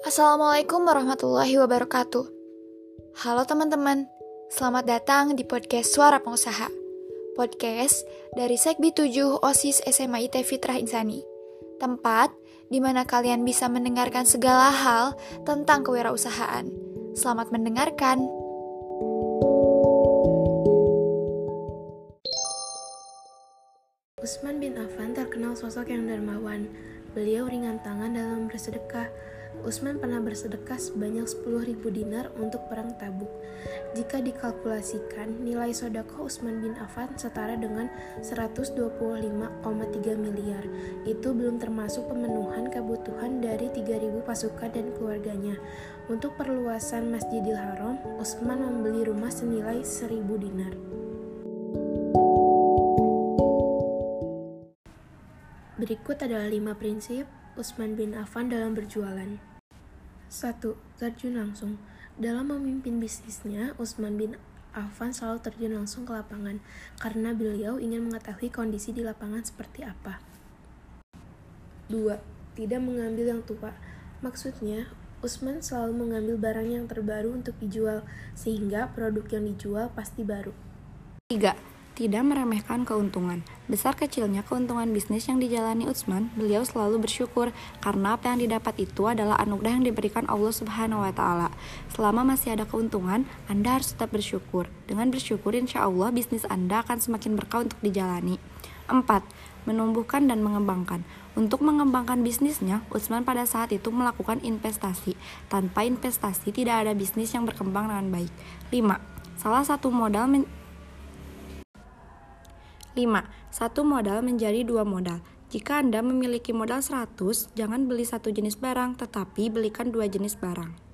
Assalamualaikum warahmatullahi wabarakatuh. Halo teman-teman, selamat datang di podcast Suara Pengusaha. Podcast dari Sekbi 7 OSIS SMA IT Fitrah Insani. Tempat di mana kalian bisa mendengarkan segala hal tentang kewirausahaan. Selamat mendengarkan. Utsman bin Affan terkenal sosok yang dermawan. Beliau ringan tangan dalam bersedekah. Utsman pernah bersedekah sebanyak 10.000 dinar untuk perang Tabuk. Jika dikalkulasikan, nilai sedekah Utsman bin Affan setara dengan 125,3 miliar. Itu belum termasuk pemenuhan kebutuhan dari 3.000 pasukan dan keluarganya. Untuk perluasan Masjidil Haram, Utsman membeli rumah senilai 1.000 dinar. Berikut adalah 5 prinsip Utsman bin Affan dalam berjualan. 1. Terjun langsung. Dalam memimpin bisnisnya, Utsman bin Affan selalu terjun langsung ke lapangan karena beliau ingin mengetahui kondisi di lapangan seperti apa. 2. Tidak mengambil yang tua. Maksudnya, Utsman selalu mengambil barang yang terbaru untuk dijual, sehingga produk yang dijual pasti baru. 3. Tidak meremehkan keuntungan. Besar kecilnya keuntungan bisnis yang dijalani Utsman, beliau selalu bersyukur karena apa yang didapat itu adalah anugerah yang diberikan Allah Subhanahu wa Ta'ala. Selama masih ada keuntungan, Anda harus tetap bersyukur. Dengan bersyukur, insya Allah bisnis Anda akan semakin berkah untuk dijalani. 4. Menumbuhkan dan mengembangkan. Untuk mengembangkan bisnisnya, Utsman pada saat itu melakukan investasi. Tanpa investasi, tidak ada bisnis yang berkembang dengan baik. 5. Satu modal menjadi 2 modal. Jika Anda memiliki modal 100, jangan beli satu jenis barang, tetapi belikan 2 jenis barang.